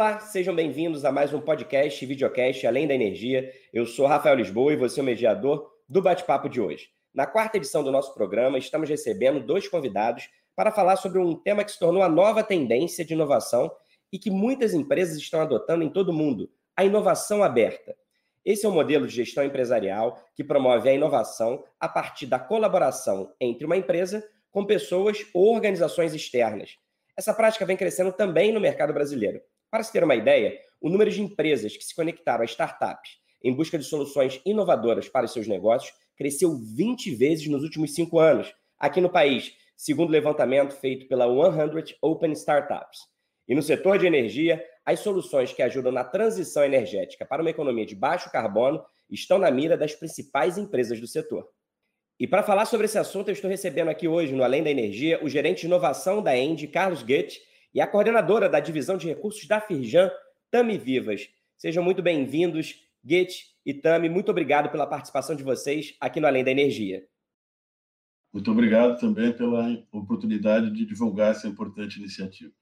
Olá, sejam bem-vindos a mais um podcast e videocast Além da Energia. Eu sou Rafael Lisboa e vou ser o mediador do bate-papo de hoje. Na quarta edição do nosso programa, estamos recebendo dois convidados para falar sobre um tema que se tornou a nova tendência de inovação e que muitas empresas estão adotando em todo o mundo, a inovação aberta. Esse é um modelo de gestão empresarial que promove a inovação a partir da colaboração entre uma empresa com pessoas ou organizações externas. Essa prática vem crescendo também no mercado brasileiro. Para se ter uma ideia, o número de empresas que se conectaram a startups em busca de soluções inovadoras para os seus negócios cresceu 20 vezes nos últimos 5 anos, aqui no país, segundo o levantamento feito pela 100 Open Startups. E no setor de energia, as soluções que ajudam na transição energética para uma economia de baixo carbono estão na mira das principais empresas do setor. E para falar sobre esse assunto, eu estou recebendo aqui hoje, no Além da Energia, o gerente de inovação da ENGIE, Carlos Goethe, e a coordenadora da divisão de recursos da Firjan, Tami Vivas. Sejam muito bem-vindos, Goethe e Tami. Muito obrigado pela participação de vocês aqui no Além da Energia. Muito obrigado também pela oportunidade de divulgar essa importante iniciativa.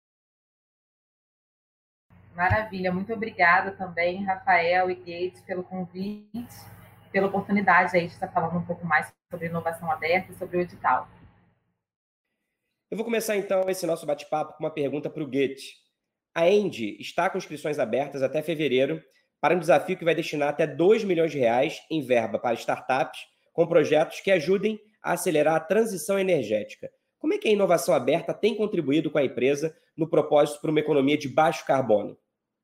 Maravilha, muito obrigada também, Rafael e Goethe, pelo convite, pela oportunidade aí de estar falando um pouco mais sobre inovação aberta e sobre o edital. Eu vou começar então esse nosso bate-papo com uma pergunta para o Goethe. A ENGIE está com inscrições abertas até fevereiro para um desafio que vai destinar até R$2 milhões em verba para startups com projetos que ajudem a acelerar a transição energética. Como é que a inovação aberta tem contribuído com a empresa no propósito para uma economia de baixo carbono?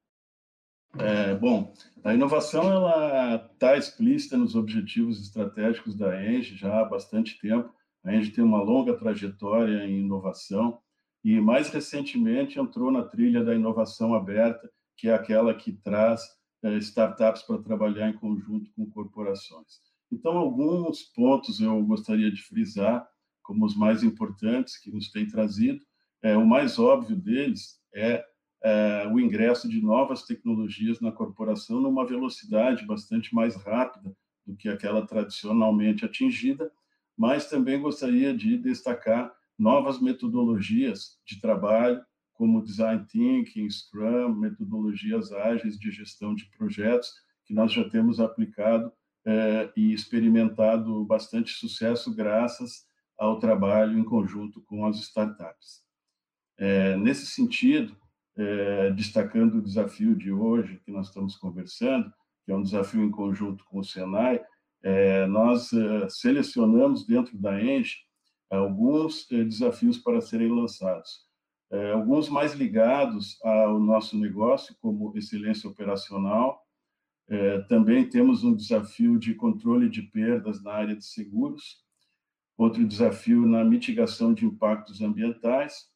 Bom, a inovação ela está explícita nos objetivos estratégicos da ENGIE já há bastante tempo. A ENGIE tem uma longa trajetória em inovação e, mais recentemente, entrou na trilha da inovação aberta, que é aquela que traz startups para trabalhar em conjunto com corporações. Então, alguns pontos eu gostaria de frisar como os mais importantes que nos têm trazido. O mais óbvio deles é o ingresso de novas tecnologias na corporação numa velocidade bastante mais rápida do que aquela tradicionalmente atingida, mas também gostaria de destacar novas metodologias de trabalho, como Design Thinking, Scrum, metodologias ágeis de gestão de projetos, que nós já temos aplicado e experimentado bastante sucesso graças ao trabalho em conjunto com as startups. Nesse sentido, destacando o desafio de hoje que nós estamos conversando, que é um desafio em conjunto com o Senai, nós selecionamos dentro da ENGIE alguns desafios para serem lançados. Alguns mais ligados ao nosso negócio, como excelência operacional. Também temos um desafio de controle de perdas na área de seguros, outro desafio na mitigação de impactos ambientais,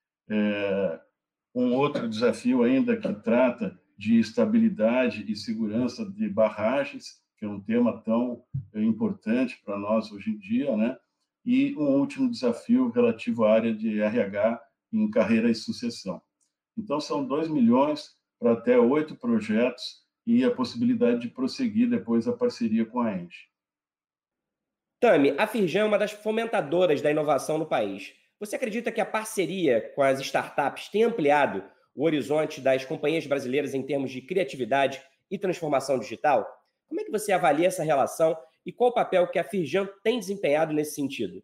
um outro desafio ainda que trata de estabilidade e segurança de barragens, que é um tema tão importante para nós hoje em dia, né? E um último desafio relativo à área de RH em carreira e sucessão. Então, são 2 milhões para até 8 projetos e a possibilidade de prosseguir depois a parceria com a ENGIE. Tami, a Firjan é uma das fomentadoras da inovação no país. Você acredita que a parceria com as startups tem ampliado o horizonte das companhias brasileiras em termos de criatividade e transformação digital? Como é que você avalia essa relação e qual o papel que a Firjan tem desempenhado nesse sentido?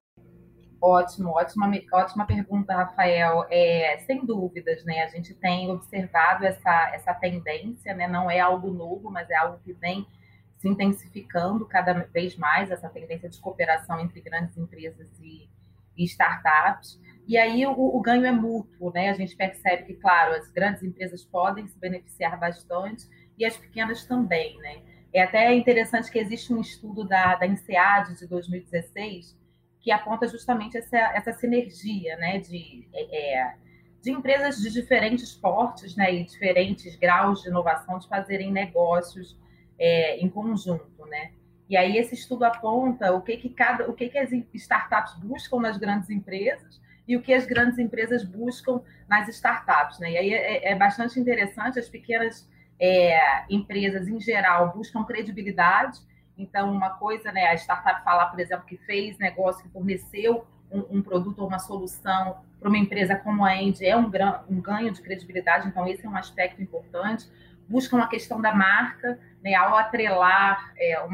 Ótima pergunta, Rafael. Sem dúvidas, né? A gente tem observado essa tendência, né? Não é algo novo, mas é algo que vem se intensificando cada vez mais, essa tendência de cooperação entre grandes empresas e startups. E aí o ganho é mútuo, né? A gente percebe que, claro, as grandes empresas podem se beneficiar bastante e as pequenas também, né? É até interessante que existe um estudo da INSEAD de 2016 que aponta justamente essa sinergia, né, de empresas de diferentes portes, né, e diferentes graus de inovação de fazerem negócios em conjunto, né? E aí esse estudo aponta o que as startups buscam nas grandes empresas e o que as grandes empresas buscam nas startups, né? E aí é bastante interessante, as pequenas empresas, em geral, buscam credibilidade. Então, uma coisa, né, a startup falar, por exemplo, que fez negócio, que forneceu um produto ou uma solução para uma empresa como a Engie é um ganho de credibilidade, então esse é um aspecto importante. Buscam a questão da marca, né, ao atrelar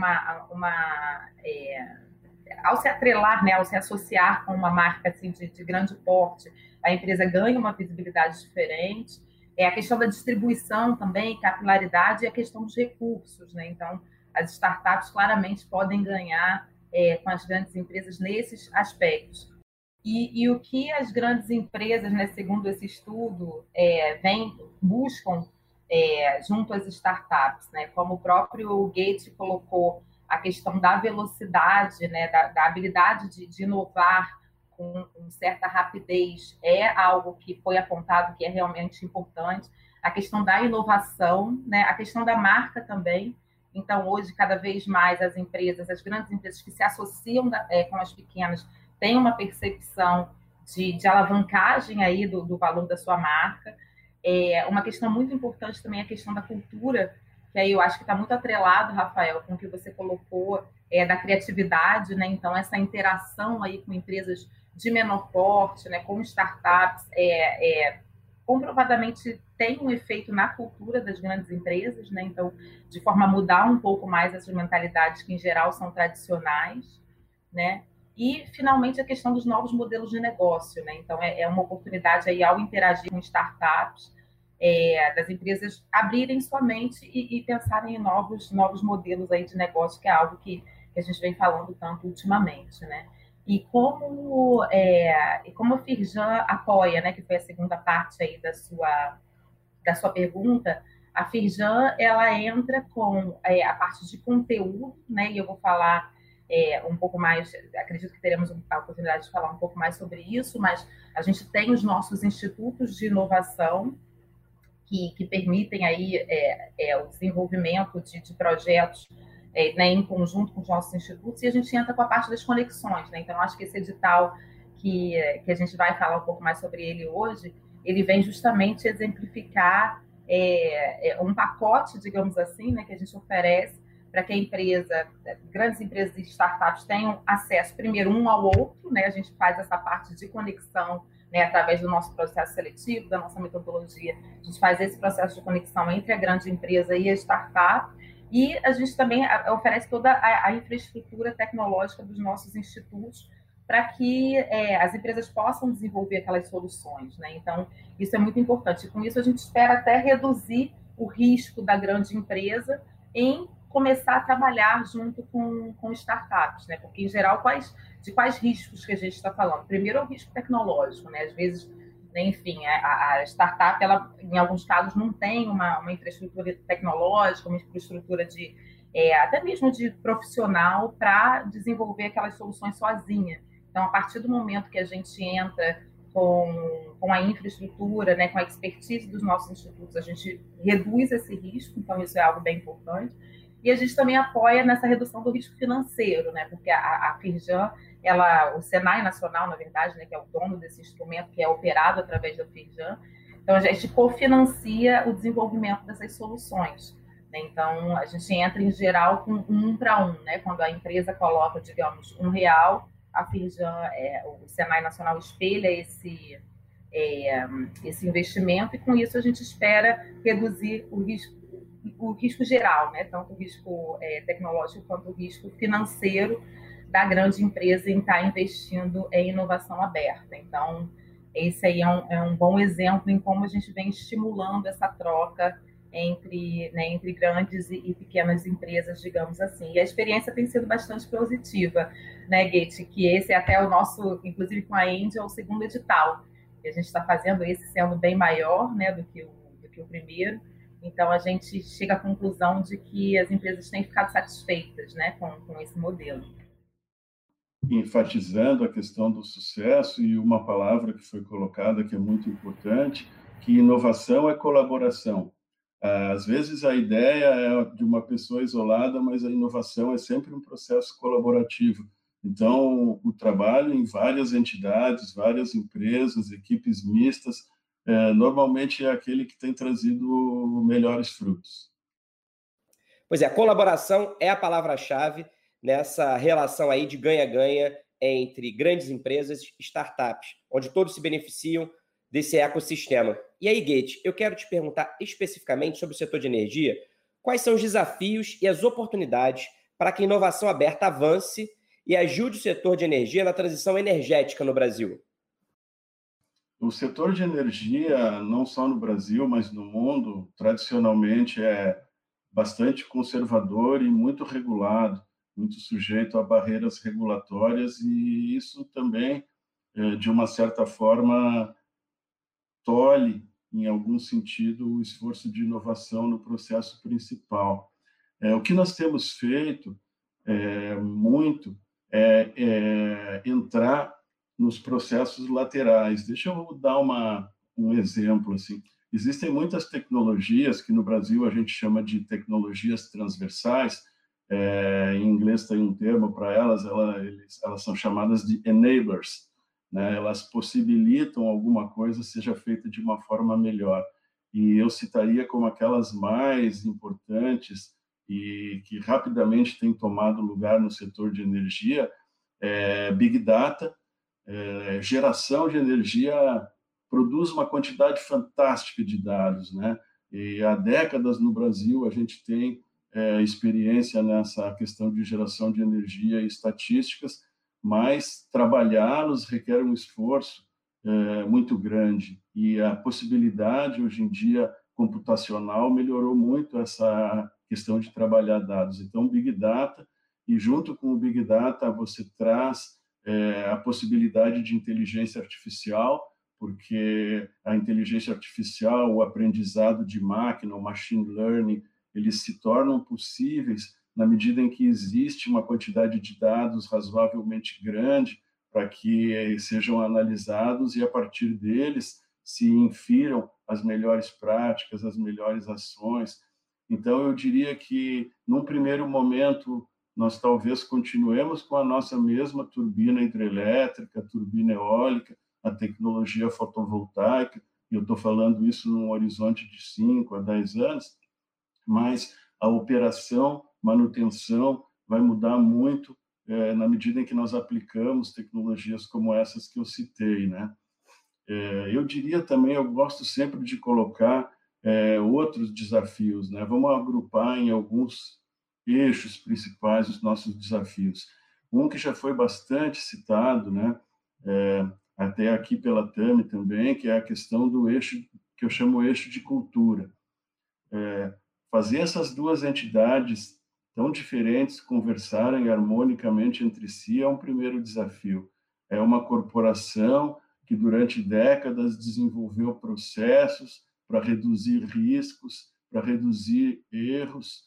ao se atrelar, né, ao se associar com uma marca assim, de grande porte, a empresa ganha uma visibilidade diferente. A questão da distribuição também, capilaridade, e a questão dos recursos, né? Então, as startups claramente podem ganhar com as grandes empresas nesses aspectos. E o que as grandes empresas, né, segundo esse estudo, buscam junto às startups, né? Como o próprio Gates colocou, a questão da velocidade, né, da habilidade de inovar com certa rapidez é algo que foi apontado que é realmente importante. A questão da inovação, né, a questão da marca também. Então, hoje, cada vez mais as grandes empresas que se associam com as pequenas, têm uma percepção de alavancagem aí do valor da sua marca. Uma questão muito importante também é a questão da cultura, que aí eu acho que está muito atrelado, Rafael, com o que você colocou da criatividade, né? Então, essa interação aí com empresas de menor porte, né, com startups, comprovadamente tem um efeito na cultura das grandes empresas, né? Então, de forma a mudar um pouco mais essas mentalidades que, em geral, são tradicionais, né? E, finalmente, a questão dos novos modelos de negócio, né? Então, é uma oportunidade aí, ao interagir com startups, das empresas abrirem sua mente e pensarem em novos modelos aí de negócio, que é algo que a gente vem falando tanto ultimamente, né? E como a Firjan apoia, né, que foi a segunda parte aí da sua pergunta, a Firjan, ela entra com a parte de conteúdo, né, e eu vou falar um pouco mais, acredito que teremos a oportunidade de falar um pouco mais sobre isso, mas a gente tem os nossos institutos de inovação, que permitem aí o desenvolvimento de projetos né, em conjunto com os nossos institutos, e a gente entra com a parte das conexões, né? Então, acho que esse edital que a gente vai falar um pouco mais sobre ele hoje, ele vem justamente exemplificar um pacote, digamos assim, né, que a gente oferece para que grandes empresas e startups tenham acesso, primeiro, um ao outro, né? A gente faz essa parte de conexão, né, através do nosso processo seletivo, da nossa metodologia, a gente faz esse processo de conexão entre a grande empresa e a startup, e a gente também oferece toda a infraestrutura tecnológica dos nossos institutos para que as empresas possam desenvolver aquelas soluções, né? Então, isso é muito importante. E com isso, a gente espera até reduzir o risco da grande empresa em começar a trabalhar junto com startups, né? Porque, em geral, de quais riscos que a gente está falando? Primeiro é o risco tecnológico, né? Às vezes, né, enfim, a startup, ela, em alguns casos, não tem uma infraestrutura tecnológica, uma infraestrutura até mesmo de profissional para desenvolver aquelas soluções sozinha. Então, a partir do momento que a gente entra com a infraestrutura, né, com a expertise dos nossos institutos, a gente reduz esse risco, então isso é algo bem importante. E a gente também apoia nessa redução do risco financeiro, né? Porque a Firjan, o Senai Nacional, na verdade, né, que é o dono desse instrumento, que é operado através da Firjan, então a gente cofinancia o desenvolvimento dessas soluções, né? Então, a gente entra, em geral, com 1 para 1, né? Quando a empresa coloca, digamos, R$1, a Firjan, o Senai Nacional espelha esse investimento, e com isso a gente espera reduzir o risco geral, né? Tanto o risco tecnológico quanto o risco financeiro da grande empresa em estar investindo em inovação aberta. Então, esse aí é um bom exemplo em como a gente vem estimulando essa troca entre grandes e pequenas empresas, digamos assim. E a experiência tem sido bastante positiva, né, Goethe? Que esse é até o nosso, inclusive com a Engie, é o segundo edital. E a gente está fazendo esse sendo bem maior, né, do que o primeiro. Então, a gente chega à conclusão de que as empresas têm ficado satisfeitas, né, com esse modelo. Enfatizando a questão do sucesso, e uma palavra que foi colocada que é muito importante, que inovação é colaboração. Às vezes a ideia é de uma pessoa isolada, mas a inovação é sempre um processo colaborativo. Então, o trabalho em várias entidades, várias empresas, equipes mistas, normalmente é aquele que tem trazido melhores frutos. Pois é, colaboração é a palavra-chave nessa relação aí de ganha-ganha entre grandes empresas e startups, onde todos se beneficiam desse ecossistema. E aí, Guedes, eu quero te perguntar especificamente sobre o setor de energia, quais são os desafios e as oportunidades para que a inovação aberta avance e ajude o setor de energia na transição energética no Brasil? O setor de energia, não só no Brasil, mas no mundo, tradicionalmente é bastante conservador e muito regulado, muito sujeito a barreiras regulatórias, e isso também, de uma certa forma, tolhe, em algum sentido, o esforço de inovação no processo principal. O que nós temos feito muito entrar nos processos laterais. Deixa eu dar um exemplo. Assim. Existem muitas tecnologias que no Brasil a gente chama de tecnologias transversais. Em inglês tem um termo para elas, elas são chamadas de enablers. Né? Elas possibilitam alguma coisa seja feita de uma forma melhor. E eu citaria como aquelas mais importantes e que rapidamente têm tomado lugar no setor de energia, Big Data, geração de energia produz uma quantidade fantástica de dados, né? E há décadas no Brasil a gente tem experiência nessa questão de geração de energia e estatísticas, mas trabalhá-los requer um esforço muito grande. E a possibilidade, hoje em dia, computacional melhorou muito essa questão de trabalhar dados. Então, Big Data, e junto com o Big Data você traz a possibilidade de inteligência artificial, porque a inteligência artificial, o aprendizado de máquina, o machine learning, eles se tornam possíveis na medida em que existe uma quantidade de dados razoavelmente grande para que sejam analisados e, a partir deles, se infiram as melhores práticas, as melhores ações. Então, eu diria que, num primeiro momento, nós talvez continuemos com a nossa mesma turbina hidrelétrica, turbina eólica, a tecnologia fotovoltaica, e eu estou falando isso num horizonte de 5 a 10 anos, mas a operação, manutenção vai mudar muito na medida em que nós aplicamos tecnologias como essas que eu citei, né? Eu diria também, eu gosto sempre de colocar outros desafios, né? Vamos agrupar em alguns eixos principais os nossos desafios. Um que já foi bastante citado, né? Até aqui pela Tami também, que é a questão do eixo, que eu chamo eixo de cultura. Fazer essas duas entidades tão diferentes conversarem harmonicamente entre si é um primeiro desafio. É uma corporação que durante décadas desenvolveu processos para reduzir riscos, para reduzir erros,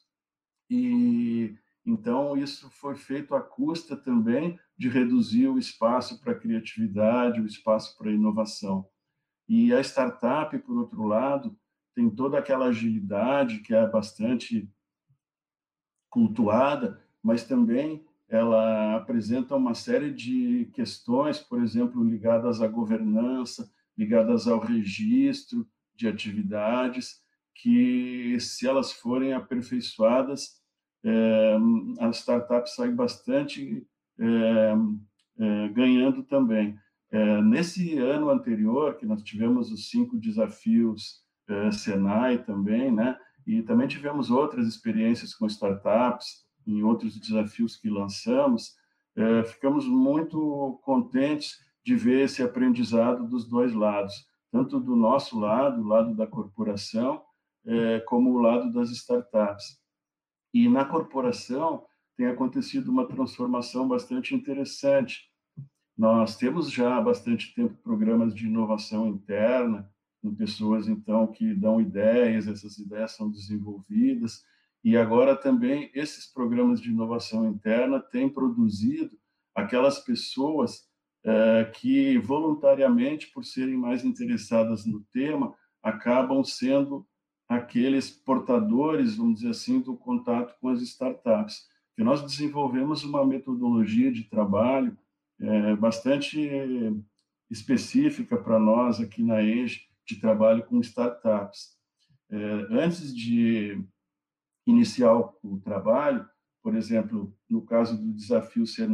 e então isso foi feito à custa também de reduzir o espaço para a criatividade, o espaço para a inovação. E a startup, por outro lado, tem toda aquela agilidade que é bastante cultuada, mas também ela apresenta uma série de questões, por exemplo, ligadas à governança, ligadas ao registro de atividades, que, se elas forem aperfeiçoadas, a startup sai bastante ganhando também. Nesse ano anterior, que nós tivemos os 5 desafios Senai também, né? E também tivemos outras experiências com startups, em outros desafios que lançamos, ficamos muito contentes de ver esse aprendizado dos dois lados, tanto do nosso lado, o lado da corporação, como o lado das startups. E na corporação tem acontecido uma transformação bastante interessante. Nós temos já há bastante tempo programas de inovação interna, com pessoas, então, que dão ideias, essas ideias são desenvolvidas, e agora também esses programas de inovação interna têm produzido aquelas pessoas que, voluntariamente, por serem mais interessadas no tema, acabam sendo aqueles portadores, vamos dizer assim, do contato com as startups. Que nós desenvolvemos uma metodologia de trabalho bastante específica para nós aqui na ENGIE, de trabalho com startups. Antes de iniciar o trabalho, por exemplo, no caso do desafio Senai,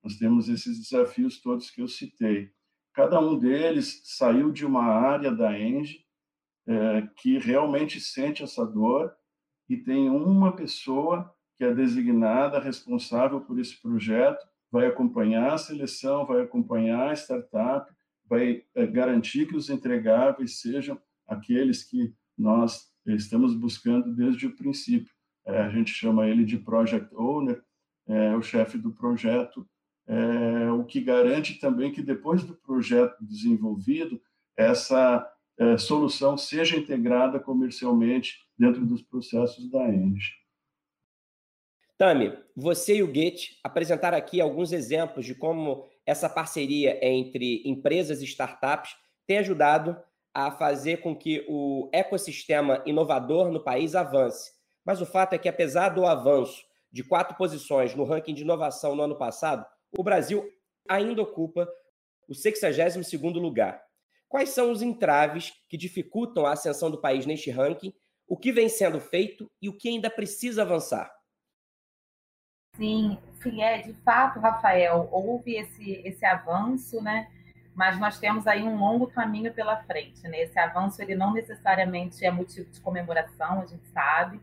nós temos esses desafios todos que eu citei. Cada um deles saiu de uma área da ENGIE que realmente sente essa dor e tem uma pessoa que é designada responsável por esse projeto, vai acompanhar a seleção, vai acompanhar a startup, vai garantir que os entregáveis sejam aqueles que nós estamos buscando desde o princípio. A gente chama ele de Project Owner, o chefe do projeto, o que garante também que depois do projeto desenvolvido, essa solução seja integrada comercialmente dentro dos processos da ENGIE. Tami, você e o Goethe apresentaram aqui alguns exemplos de como essa parceria entre empresas e startups tem ajudado a fazer com que o ecossistema inovador no país avance. Mas o fato é que, apesar do avanço de 4 posições no ranking de inovação no ano passado, o Brasil ainda ocupa o 62º lugar. Quais são os entraves que dificultam a ascensão do país neste ranking? O que vem sendo feito e o que ainda precisa avançar? Sim, de fato, Rafael, houve esse avanço, né? Mas nós temos aí um longo caminho pela frente, né? Esse avanço, ele não necessariamente é motivo de comemoração, a gente sabe.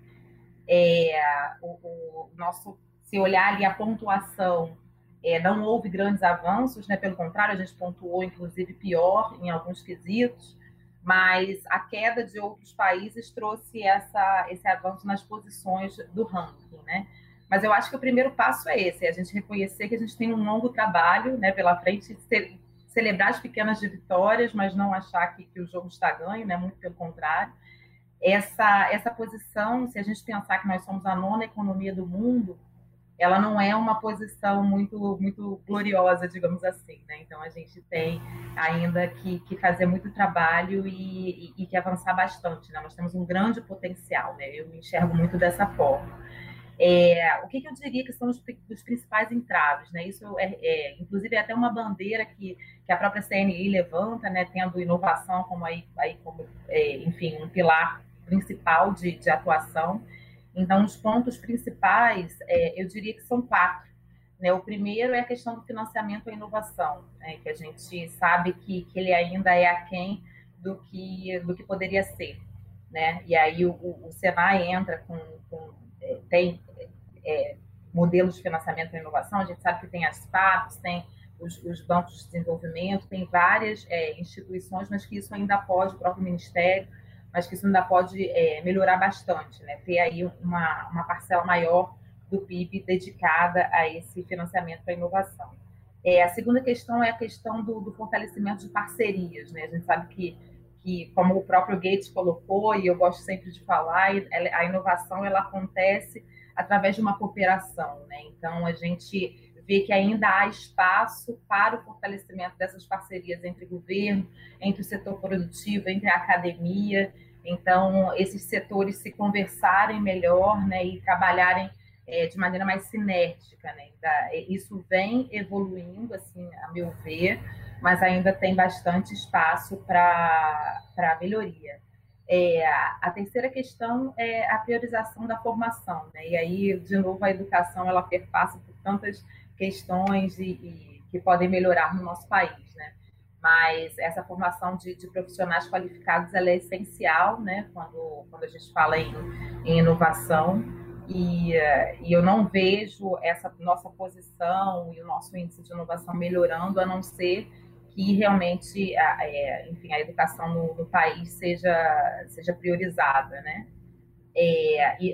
Se olhar ali a pontuação, não houve grandes avanços, né? Pelo contrário, a gente pontuou, inclusive, pior em alguns quesitos, mas a queda de outros países trouxe esse avanço nas posições do ranking, né? Mas eu acho que o primeiro passo é esse, é a gente reconhecer que a gente tem um longo trabalho, né, pela frente, celebrar as pequenas vitórias, mas não achar que o jogo está ganho, né? Muito pelo contrário. Essa posição, se a gente pensar que nós somos a 9ª economia do mundo, ela não é uma posição muito, muito gloriosa, digamos assim, né? Então, a gente tem ainda que fazer muito trabalho e que avançar bastante, né? Nós temos um grande potencial, né? Eu me enxergo muito dessa forma. O que eu diria que são os principais entraves, né? Isso inclusive é até uma bandeira que a própria CNI levanta, né? Tendo inovação como enfim, um pilar principal de atuação. Então, os pontos principais, eu diria que são 4. Né? O primeiro é a questão do financiamento à inovação, né? Que a gente sabe que ele ainda é aquém do que poderia ser, né? E aí o Senai entra tem modelos de financiamento à inovação, a gente sabe que tem as PAPs, tem os bancos de desenvolvimento, tem várias instituições, mas que isso ainda pode, o próprio Ministério, mas que isso ainda pode melhorar bastante, né? Ter aí uma parcela maior do PIB dedicada a esse financiamento para a inovação. A segunda questão é a questão do fortalecimento de parcerias, né? A gente sabe que, como o próprio Gates colocou, e eu gosto sempre de falar, a inovação ela acontece através de uma cooperação, né? Então, a gente vê que ainda há espaço para o fortalecimento dessas parcerias entre governo, entre o setor produtivo, entre a academia. Então, esses setores se conversarem melhor, né, e trabalharem de maneira mais sinérgica, né? Isso vem evoluindo, assim, a meu ver, mas ainda tem bastante espaço para melhoria. A terceira questão é a priorização da formação, né? E aí, de novo, a educação ela perpassa por tantas questões e que podem melhorar no nosso país, né? Mas essa formação de profissionais qualificados ela é essencial, né? Quando a gente fala em inovação. E eu não vejo essa nossa posição e o nosso índice de inovação melhorando, a não ser que realmente enfim, a educação no país seja priorizada, né? E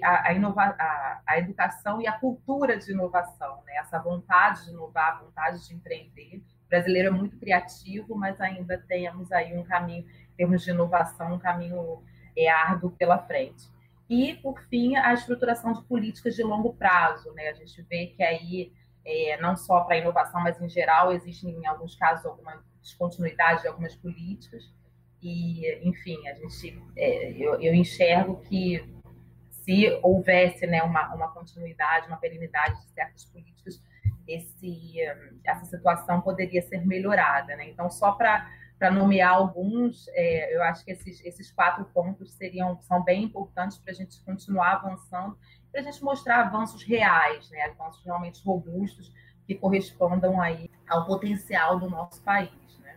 a educação e a cultura de inovação, né? Essa vontade de inovar, a vontade de empreender. O brasileiro é muito criativo, mas ainda temos aí um caminho, em termos de inovação, um caminho árduo pela frente. E, por fim, a estruturação de políticas de longo prazo, né? A gente vê que aí, não só para a inovação, mas em geral, existe, em alguns casos, alguma descontinuidade de algumas políticas. E, enfim, eu enxergo que se houvesse, né, uma continuidade, uma perenidade de certas políticas, essa situação poderia ser melhorada, né? Então, só para nomear alguns, eu acho que esses 4 pontos são bem importantes para a gente continuar avançando, para a gente mostrar avanços reais, né? Avanços realmente robustos, que correspondam aí ao potencial do nosso país, né?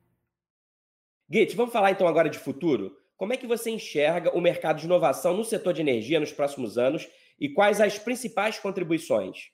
Guite, vamos falar então agora de futuro? Como é que você enxerga o mercado de inovação no setor de energia nos próximos anos e quais as principais contribuições?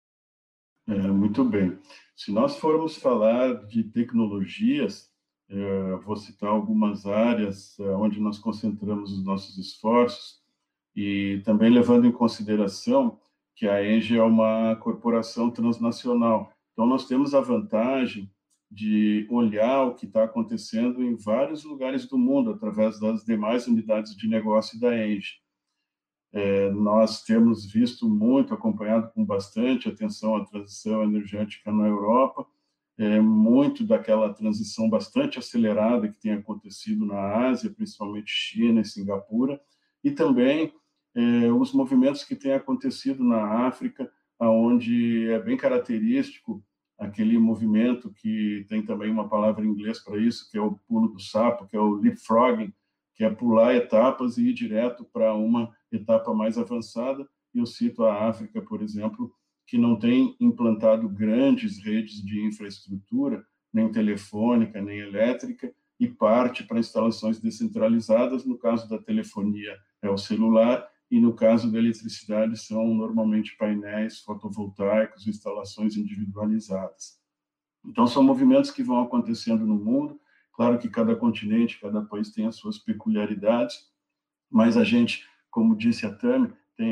Muito bem. Se nós formos falar de tecnologias, vou citar algumas áreas onde nós concentramos os nossos esforços e também levando em consideração que a ENGIE é uma corporação transnacional. Então, nós temos a vantagem de olhar o que está acontecendo em vários lugares do mundo através das demais unidades de negócio da ENGIE. Nós temos visto muito, acompanhado com bastante atenção a transição energética na Europa, muito daquela transição bastante acelerada que tem acontecido na Ásia, principalmente China e Singapura, e também os movimentos que têm acontecido na África, onde é bem característico aquele movimento que tem também uma palavra em inglês para isso, que é o pulo do sapo, que é o leapfrogging, que é pular etapas e ir direto para uma etapa mais avançada. Eu cito a África, por exemplo, que não tem implantado grandes redes de infraestrutura, nem telefônica, nem elétrica, e parte para instalações descentralizadas. No caso da telefonia, é o celular, e no caso da eletricidade, são normalmente painéis fotovoltaicos, instalações individualizadas. Então, são movimentos que vão acontecendo no mundo. Claro que cada continente, cada país tem as suas peculiaridades, mas a gente, como disse a Tami, tem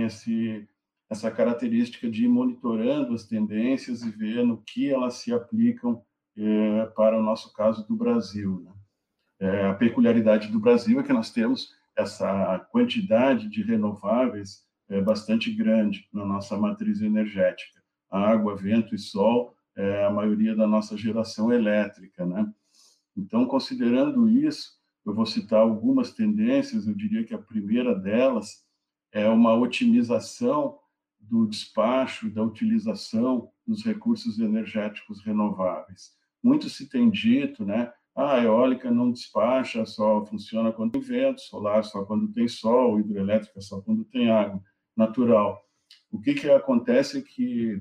essa característica de ir monitorando as tendências e ver no que elas se aplicam para o nosso caso do Brasil, né? A peculiaridade do Brasil é que nós temos essa quantidade de renováveis bastante grande na nossa matriz energética. Água, vento e sol é a maioria da nossa geração elétrica, né? Então, considerando isso, eu vou citar algumas tendências. Eu diria que a primeira delas é uma otimização do despacho, da utilização dos recursos energéticos renováveis. Muito se tem dito, né? A eólica não despacha, só funciona quando tem vento, solar só quando tem sol, hidrelétrica só quando tem água natural. O que acontece é que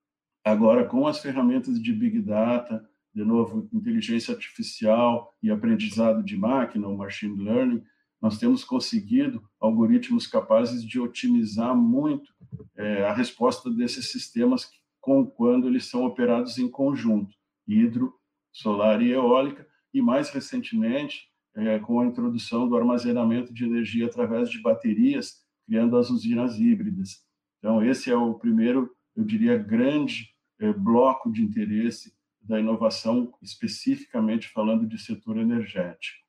agora, com as ferramentas de Big Data, de novo, inteligência artificial e aprendizado de máquina, o machine learning, nós temos conseguido algoritmos capazes de otimizar muito a resposta desses sistemas quando eles são operados em conjunto, hidro, solar e eólica, e mais recentemente, com a introdução do armazenamento de energia através de baterias, criando as usinas híbridas. Então, esse é o primeiro, eu diria, grande bloco de interesse da inovação, especificamente falando de setor energético.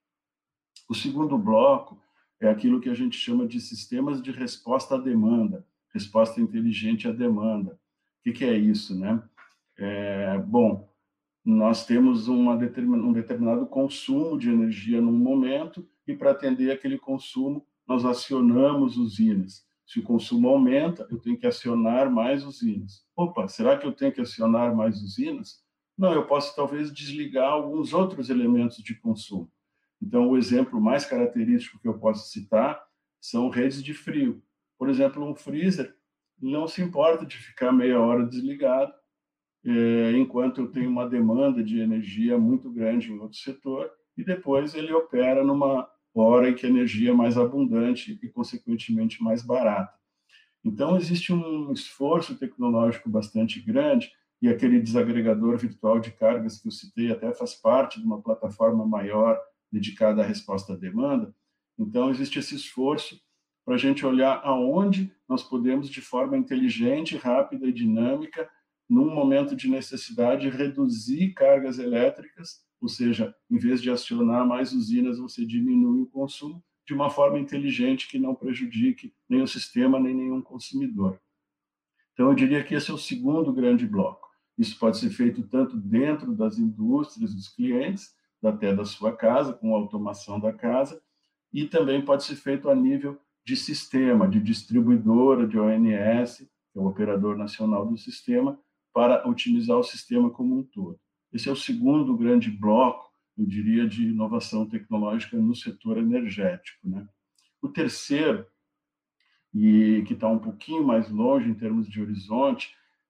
O segundo bloco é aquilo que a gente chama de sistemas de resposta à demanda, resposta inteligente à demanda. O que é isso, né? Bom, nós temos um determinado consumo de energia num momento e, para atender aquele consumo, nós acionamos usinas. Se o consumo aumenta, eu tenho que acionar mais usinas. Opa, será que eu tenho que acionar mais usinas? Não, eu posso talvez desligar alguns outros elementos de consumo. Então, o exemplo mais característico que eu posso citar são redes de frio. Por exemplo, um freezer não se importa de ficar meia hora desligado, enquanto eu tenho uma demanda de energia muito grande em outro setor, e depois ele opera numa hora em que a energia é mais abundante e, consequentemente, mais barata. Então, existe um esforço tecnológico bastante grande, e aquele desagregador virtual de cargas que eu citei até faz parte de uma plataforma maior dedicada à resposta à demanda. Então, existe esse esforço para a gente olhar aonde nós podemos, de forma inteligente, rápida e dinâmica, num momento de necessidade, reduzir cargas elétricas, ou seja, em vez de acionar mais usinas, você diminui o consumo de uma forma inteligente que não prejudique nem o sistema, nem nenhum consumidor. Então, eu diria que esse é o segundo grande bloco. Isso pode ser feito tanto dentro das indústrias, dos clientes, até da sua casa, com a automação da casa, e também pode ser feito a nível de sistema, de distribuidora, de ONS, que é o Operador Nacional do Sistema, para otimizar o sistema como um todo. Esse é o segundo grande bloco, eu diria, de inovação tecnológica no setor energético, né? O terceiro, e que está um pouquinho mais longe em termos de horizonte,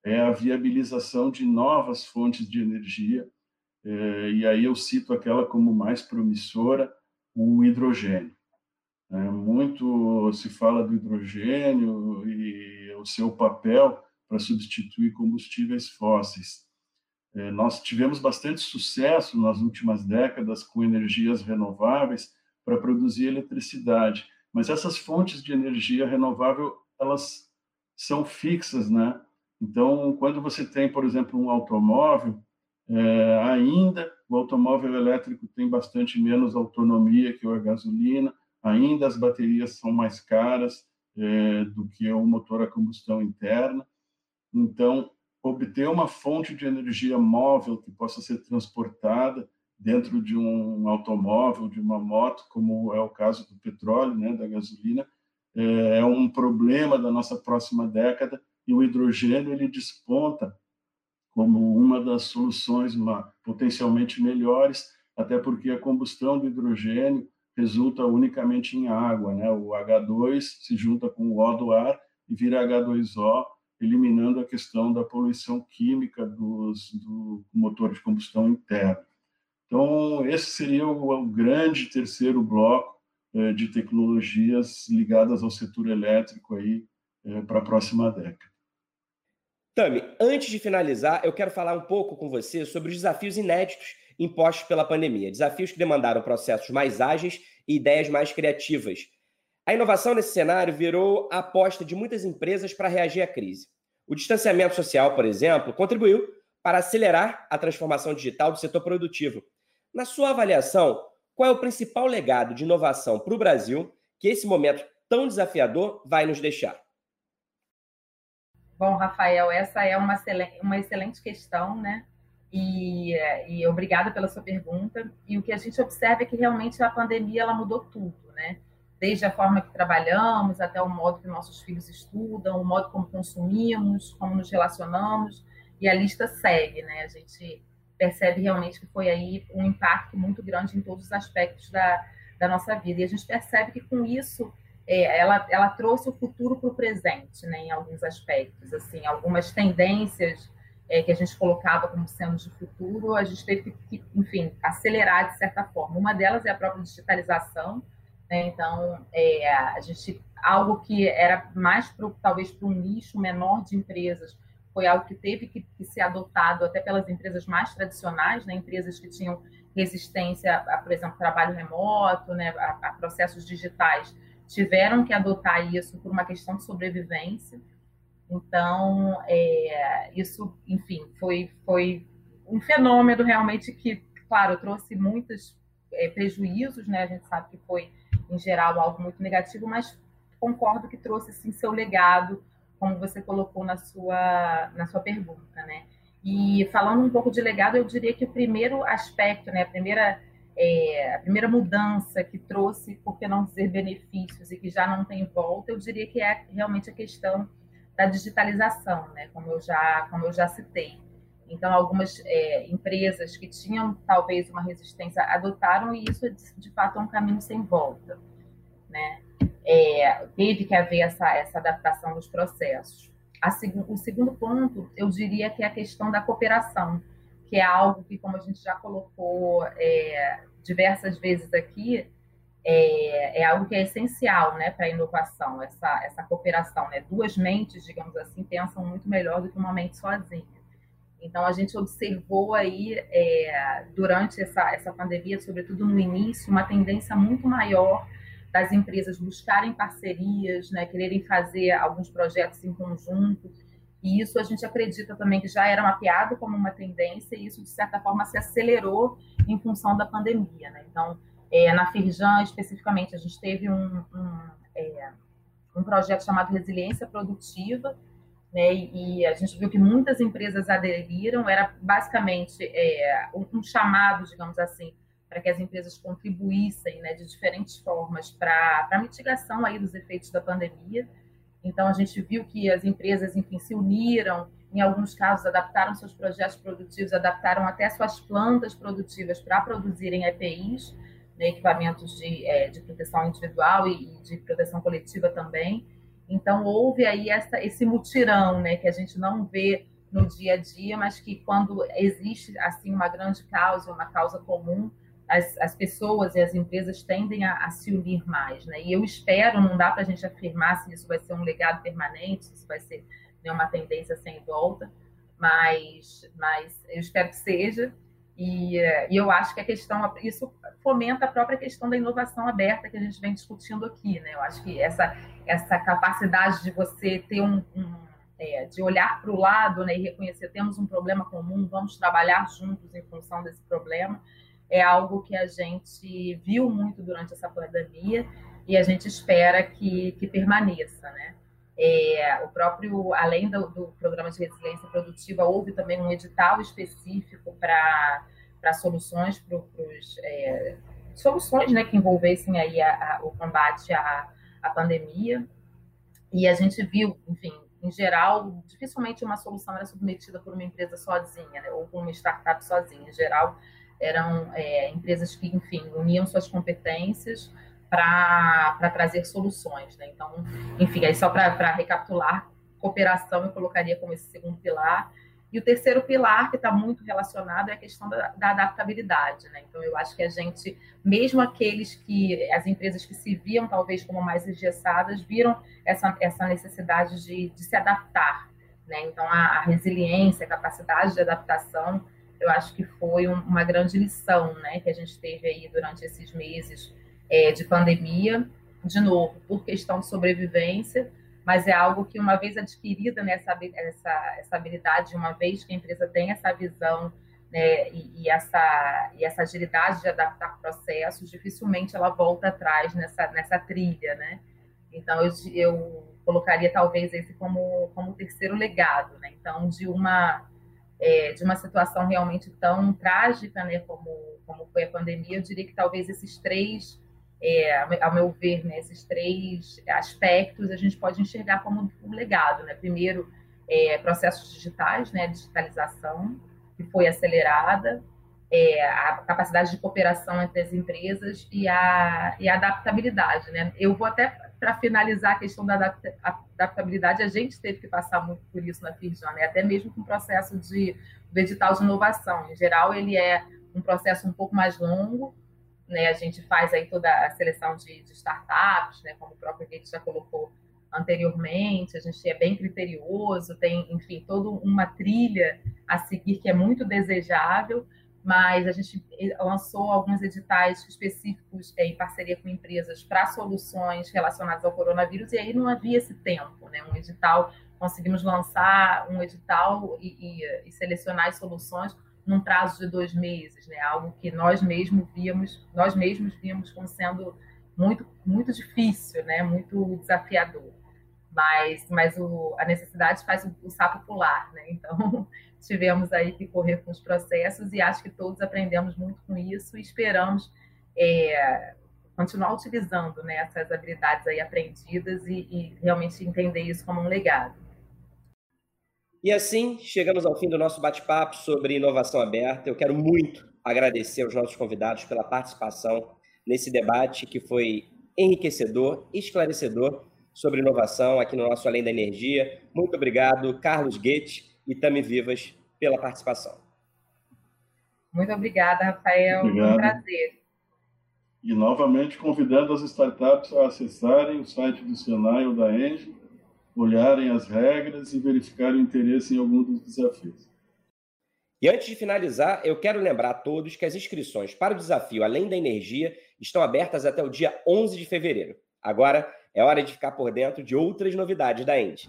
é a viabilização de novas fontes de energia, e aí eu cito aquela como mais promissora, o hidrogênio. Muito se fala do hidrogênio e o seu papel para substituir combustíveis fósseis. Nós tivemos bastante sucesso nas últimas décadas com energias renováveis para produzir eletricidade, mas essas fontes de energia renovável, elas são fixas, né? Então, quando você tem, por exemplo, um automóvel, ainda o automóvel elétrico tem bastante menos autonomia que a gasolina, ainda as baterias são mais caras do que o motor a combustão interna. Então, obter uma fonte de energia móvel que possa ser transportada dentro de um automóvel, de uma moto, como é o caso do petróleo, né, da gasolina, é um problema da nossa próxima década, e o hidrogênio ele desponta como uma das soluções potencialmente melhores, até porque a combustão do hidrogênio resulta unicamente em água, né? O H2 se junta com o O do ar e vira H2O, eliminando a questão da poluição química do motor de combustão interno. Então, esse seria o grande terceiro bloco de tecnologias ligadas ao setor elétrico aí para a próxima década. Tami, antes de finalizar, eu quero falar um pouco com você sobre os desafios inéditos impostos pela pandemia, desafios que demandaram processos mais ágeis e ideias mais criativas. A inovação nesse cenário virou a aposta de muitas empresas para reagir à crise. O distanciamento social, por exemplo, contribuiu para acelerar a transformação digital do setor produtivo. Na sua avaliação, qual é o principal legado de inovação para o Brasil que esse momento tão desafiador vai nos deixar? Bom, Rafael, essa é uma excelente questão, né? E obrigada pela sua pergunta. E o que a gente observa é que realmente a pandemia ela mudou tudo, né? Desde a forma que trabalhamos até o modo que nossos filhos estudam, o modo como consumimos, como nos relacionamos, e a lista segue, né? A gente percebe realmente que foi aí um impacto muito grande em todos os aspectos da nossa vida. E a gente percebe que com isso ela trouxe o futuro para o presente, né, em alguns aspectos. Assim, algumas tendências que a gente colocava como sendo de futuro, a gente teve que, enfim, acelerar de certa forma. Uma delas é a própria digitalização, né? Então, a gente, algo que era mais talvez para um nicho menor de empresas, foi algo que teve que ser adotado até pelas empresas mais tradicionais, né? Empresas que tinham resistência a, por exemplo, trabalho remoto, né? a processos digitais, tiveram que adotar isso por uma questão de sobrevivência. Então, isso, enfim, foi um fenômeno realmente que, claro, trouxe muitos prejuízos, né? A gente sabe que foi, em geral, algo muito negativo, mas concordo que trouxe, sim, seu legado, como você colocou na sua pergunta, né? E falando um pouco de legado, eu diria que o primeiro aspecto, né, a primeira mudança que trouxe, por que não dizer benefícios, e que já não tem volta, eu diria que é realmente a questão da digitalização, né, como eu já citei. Então, algumas empresas que tinham talvez uma resistência adotaram, e isso de fato é um caminho sem volta, né? Teve que haver essa adaptação dos processos. O segundo ponto, eu diria que é a questão da cooperação, que é algo que, como a gente já colocou diversas vezes aqui, é algo que é essencial, né, para a inovação, essa cooperação, né? Duas mentes, digamos assim, pensam muito melhor do que uma mente sozinha. Então, a gente observou aí, durante essa pandemia, sobretudo no início, uma tendência muito maior das empresas buscarem parcerias, né, quererem fazer alguns projetos em conjunto. E isso a gente acredita também que já era mapeado como uma tendência, e isso, de certa forma, se acelerou em função da pandemia, né? Então, na Firjan, especificamente, a gente teve um projeto chamado Resiliência Produtiva, né? E a gente viu que muitas empresas aderiram. Era basicamente um chamado, digamos assim, para que as empresas contribuíssem, né, de diferentes formas para a mitigação aí dos efeitos da pandemia. Então, a gente viu que as empresas, enfim, se uniram, em alguns casos adaptaram seus projetos produtivos, adaptaram até suas plantas produtivas para produzirem EPIs, né, equipamentos de proteção individual e de proteção coletiva também. Então, houve aí esse mutirão, né, que a gente não vê no dia a dia, mas que quando existe assim uma grande causa, uma causa comum, as pessoas e as empresas tendem a se unir mais, né? E eu espero, não dá para a gente afirmar se isso vai ser um legado permanente, se isso vai ser, né, uma tendência sem volta, mas eu espero que seja. E eu acho que a questão, isso fomenta a própria questão da inovação aberta que a gente vem discutindo aqui, né? Eu acho que essa capacidade de você ter de olhar para o lado, né, e reconhecer, temos um problema comum, vamos trabalhar juntos em função desse problema, é algo que a gente viu muito durante essa pandemia e a gente espera que permaneça, né? O próprio, além do programa de resiliência produtiva, houve também um edital específico para soluções, soluções, né, que envolvessem aí o combate à pandemia. E a gente viu, enfim, em geral, dificilmente uma solução era submetida por uma empresa sozinha, né, ou por uma startup sozinha. Em geral, eram empresas que, enfim, uniam suas competências para trazer soluções, né? Então, enfim, aí só para recapitular, cooperação eu colocaria como esse segundo pilar. E o terceiro pilar, que está muito relacionado, é a questão da adaptabilidade, né? Então, eu acho que a gente, mesmo as empresas que se viam talvez como mais engessadas, viram essa necessidade de se adaptar, né? Então, a resiliência, a capacidade de adaptação, eu acho que foi uma grande lição, né, que a gente teve aí durante esses meses de pandemia, de novo, por questão de sobrevivência, mas é algo que, uma vez adquirida, né, essa habilidade, uma vez que a empresa tem essa visão, né, e essa agilidade de adaptar processos, dificilmente ela volta atrás nessa trilha, né? Então, eu colocaria talvez esse como o terceiro legado, né? Então, de uma situação realmente tão trágica, né, como foi a pandemia, eu diria que talvez esses três, ao meu ver, né, esses três aspectos a gente pode enxergar como um legado, né? Primeiro, processos digitais, né, digitalização, que foi acelerada, a capacidade de cooperação entre as empresas e a adaptabilidade, né? Eu vou até, para finalizar a questão da adaptabilidade, a gente teve que passar muito por isso na Firjan, né? Até mesmo com o processo do edital de inovação. Em geral, ele é um processo um pouco mais longo, né? A gente faz aí toda a seleção de startups, né? Como o próprio Gates já colocou anteriormente, a gente é bem criterioso, tem, enfim, toda uma trilha a seguir que é muito desejável, mas a gente lançou alguns editais específicos em parceria com empresas para soluções relacionadas ao coronavírus, e aí não havia esse tempo, né? Conseguimos lançar um edital e selecionar as soluções num prazo de 2 meses, né? Algo que nós mesmos víamos como sendo muito, muito difícil, né? Muito desafiador. Mas a necessidade faz o sapo pular, né? Então, tivemos aí que correr com os processos e acho que todos aprendemos muito com isso e esperamos continuar utilizando, né, essas habilidades aí aprendidas e realmente entender isso como um legado. E assim, chegamos ao fim do nosso bate-papo sobre inovação aberta. Eu quero muito agradecer aos nossos convidados pela participação nesse debate que foi enriquecedor, esclarecedor sobre inovação aqui no nosso Além da Energia. Muito obrigado, Carlos Goethe e Tami Vivas, pela participação. Muito obrigada, Rafael. Obrigado. Um prazer. E, novamente, convidando as startups a acessarem o site do Senai ou da ENGIE, olharem as regras e verificarem o interesse em algum dos desafios. E antes de finalizar, eu quero lembrar a todos que as inscrições para o desafio Além da Energia estão abertas até o dia 11 de fevereiro. Agora é hora de ficar por dentro de outras novidades da ENGIE.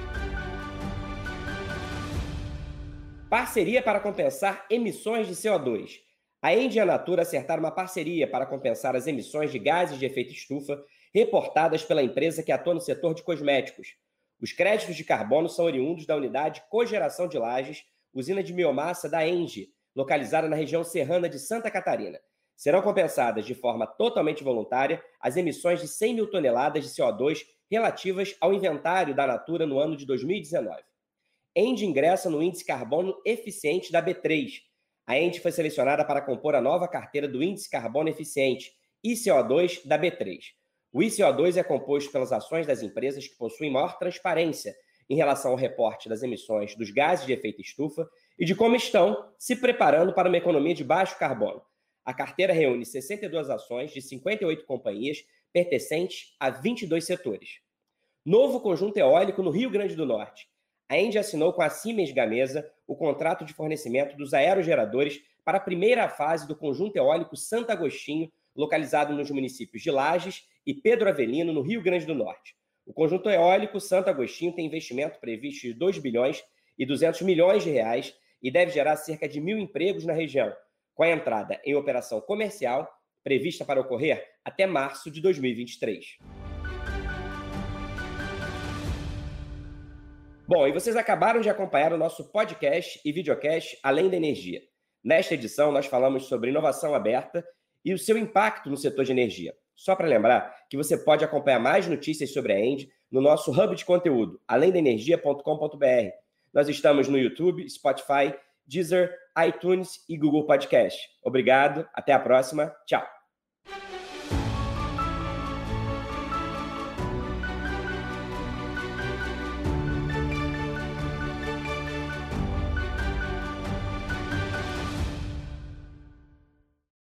Parceria para compensar emissões de CO2. A ENGIE e a Natura acertaram uma parceria para compensar as emissões de gases de efeito estufa reportadas pela empresa que atua no setor de cosméticos. Os créditos de carbono são oriundos da unidade Cogeração de Lajes, usina de biomassa da ENGIE, localizada na região serrana de Santa Catarina. Serão compensadas de forma totalmente voluntária as emissões de 100 mil toneladas de CO2 relativas ao inventário da Natura no ano de 2019. ENGIE ingressa no Índice Carbono Eficiente da B3. A ENGIE foi selecionada para compor a nova carteira do Índice Carbono Eficiente, ICO2, da B3. O ICO2 é composto pelas ações das empresas que possuem maior transparência em relação ao reporte das emissões dos gases de efeito estufa e de como estão se preparando para uma economia de baixo carbono. A carteira reúne 62 ações de 58 companhias pertencentes a 22 setores. Novo conjunto eólico no Rio Grande do Norte. A ENGIE assinou com a Siemens Gamesa o contrato de fornecimento dos aerogeradores para a primeira fase do conjunto eólico Santo Agostinho, localizado nos municípios de Lages e Pedro Avelino, no Rio Grande do Norte. O conjunto eólico Santo Agostinho tem investimento previsto de 2 bilhões e 200 milhões de reais e deve gerar cerca de 1.000 empregos na região, com a entrada em operação comercial prevista para ocorrer até março de 2023. Bom, e vocês acabaram de acompanhar o nosso podcast e videocast Além da Energia. Nesta edição, nós falamos sobre inovação aberta e o seu impacto no setor de energia. Só para lembrar que você pode acompanhar mais notícias sobre a ENGIE no nosso hub de conteúdo, alemdaenergia.com.br. Nós estamos no YouTube, Spotify, Deezer, iTunes e Google Podcast. Obrigado, até a próxima, tchau!